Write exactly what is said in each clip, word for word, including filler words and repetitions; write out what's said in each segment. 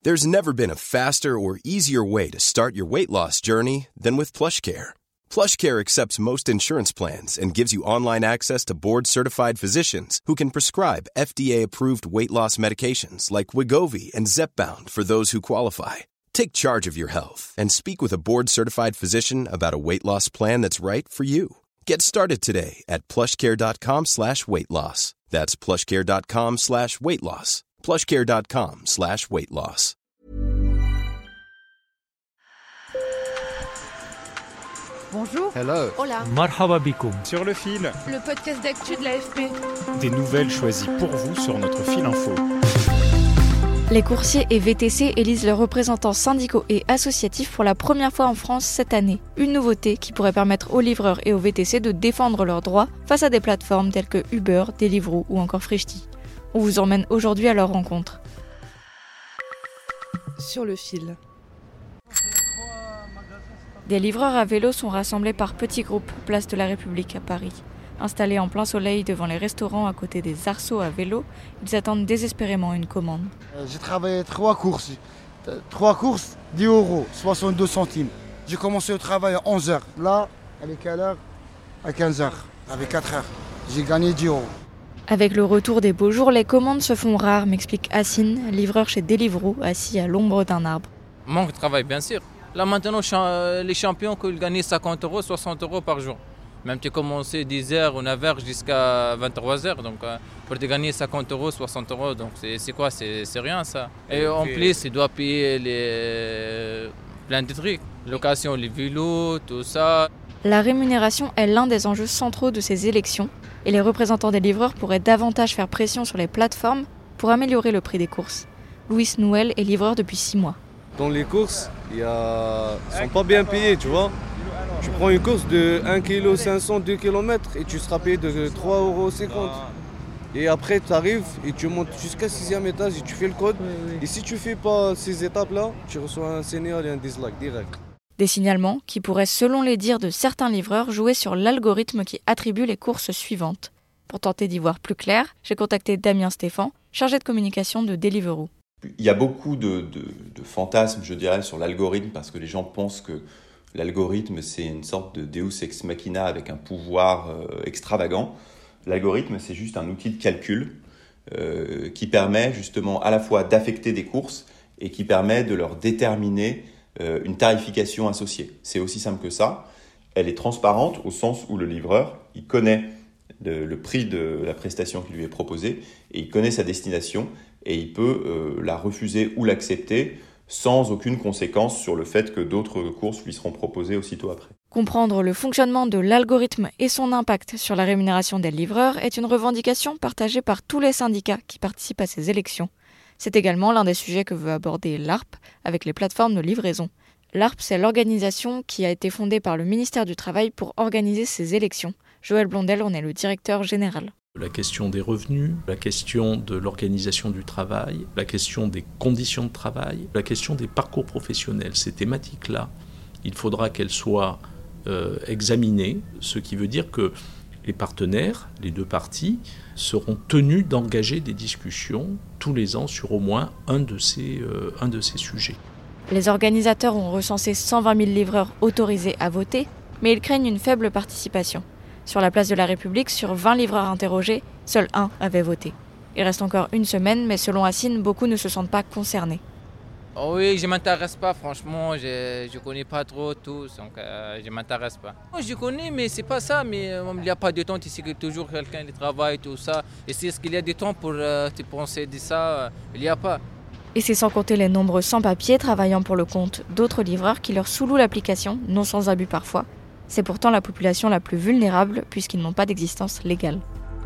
There's never been a faster or easier way to start your weight loss journey than with PlushCare. PlushCare accepts most insurance plans and gives you online access to board-certified physicians who can prescribe F D A-approved weight loss medications like Wegovy and Zepbound for those who qualify. Take charge of your health and speak with a board-certified physician about a weight loss plan that's right for you. Get started today at plushcare.com slash weight loss. That's plushcare.com slash weight loss. plushcare.com slash weight loss. Bonjour. Hello. Hola. Marhaba bikoum. Sur le fil. Le podcast d'actu de l'A F P. Des nouvelles choisies pour vous sur notre fil info. Les coursiers et V T C élisent leurs représentants syndicaux et associatifs pour la première fois en France cette année. Une nouveauté qui pourrait permettre aux livreurs et aux V T C de défendre leurs droits face à des plateformes telles que Uber, Deliveroo ou encore Frishti. On vous emmène aujourd'hui à leur rencontre. Sur le fil. Des livreurs à vélo sont rassemblés par petits groupes, place de la République à Paris. Installés en plein soleil devant les restaurants à côté des arceaux à vélo, ils attendent désespérément une commande. J'ai travaillé trois courses. Trois courses, dix euros, soixante-deux centimes. J'ai commencé au travail à onze heures. Là, elle est quelle heure ? À quinze heures. Avec quatre heures. J'ai gagné dix euros. Avec le retour des beaux jours, les commandes se font rares, m'explique Hassine, livreur chez Deliveroo, assis à l'ombre d'un arbre. Manque de travail, bien sûr. Là maintenant, les champions ils gagnent cinquante euros, soixante euros par jour. Même tu commences dix heures ou neuf heures jusqu'à vingt-trois heures. Donc pour te gagner cinquante euros, soixante euros, donc c'est, c'est quoi c'est, c'est rien ça. Et en plus, tu dois payer les... plein de trucs. Location, les vélos, tout ça. La rémunération est l'un des enjeux centraux de ces élections. Et les représentants des livreurs pourraient davantage faire pression sur les plateformes pour améliorer le prix des courses. Louis Nouel est livreur depuis six mois. Dans les courses, il y a... ils ne sont pas bien payés, tu vois. Tu prends une course de un virgule cinq kilos, deux kilomètres et tu seras payé de trois euros cinquante. Et après, tu arrives et tu montes jusqu'à sixième étage et tu fais le code. Oui, oui. Et si tu ne fais pas ces étapes-là, tu reçois un signal et un dislike direct. Des signalements qui pourraient, selon les dires de certains livreurs, jouer sur l'algorithme qui attribue les courses suivantes. Pour tenter d'y voir plus clair, j'ai contacté Damien Stéphan, chargé de communication de Deliveroo. Il y a beaucoup de, de, de fantasmes, je dirais, sur l'algorithme parce que les gens pensent que l'algorithme, c'est une sorte de Deus ex machina avec un pouvoir euh, extravagant. L'algorithme, c'est juste un outil de calcul euh, qui permet justement à la fois d'affecter des courses et qui permet de leur déterminer euh, une tarification associée. C'est aussi simple que ça. Elle est transparente au sens où le livreur, il connaît le, le prix de la prestation qui lui est proposée et il connaît sa destination et il peut euh, la refuser ou l'accepter sans aucune conséquence sur le fait que d'autres courses lui seront proposées aussitôt après. Comprendre le fonctionnement de l'algorithme et son impact sur la rémunération des livreurs est une revendication partagée par tous les syndicats qui participent à ces élections. C'est également l'un des sujets que veut aborder l'A R P avec les plateformes de livraison. L'A R P, c'est l'organisation qui a été fondée par le ministère du Travail pour organiser ces élections. Joël Blondel en est le directeur général. La question des revenus, la question de l'organisation du travail, la question des conditions de travail, la question des parcours professionnels. Ces thématiques-là, il faudra qu'elles soient euh, examinées, ce qui veut dire que les partenaires, les deux parties, seront tenus d'engager des discussions tous les ans sur au moins un de ces, euh, un de ces sujets. Les organisateurs ont recensé cent vingt mille livreurs autorisés à voter, mais ils craignent une faible participation. Sur la place de la République, sur vingt livreurs interrogés, seul un avait voté. Il reste encore une semaine, mais selon Hassine, beaucoup ne se sentent pas concernés. Oh oui, je ne m'intéresse pas, franchement, je ne connais pas trop tous, donc euh, je ne m'intéresse pas. Je connais, mais c'est pas ça, mais euh, il n'y a pas de temps, tu sais que toujours quelqu'un qui travaille, tout ça. Et c'est ce qu'il y a du temps pour euh, te penser de ça, euh, il n'y a pas. Et c'est sans compter les nombreux sans-papiers travaillant pour le compte d'autres livreurs qui leur sous-louent l'application, non sans abus parfois. C'est pourtant la population la plus vulnérable puisqu'ils n'ont pas d'existence légale.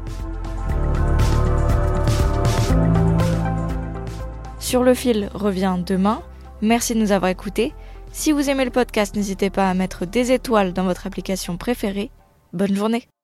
Sur le fil revient demain. Merci de nous avoir écoutés. Si vous aimez le podcast, n'hésitez pas à mettre des étoiles dans votre application préférée. Bonne journée.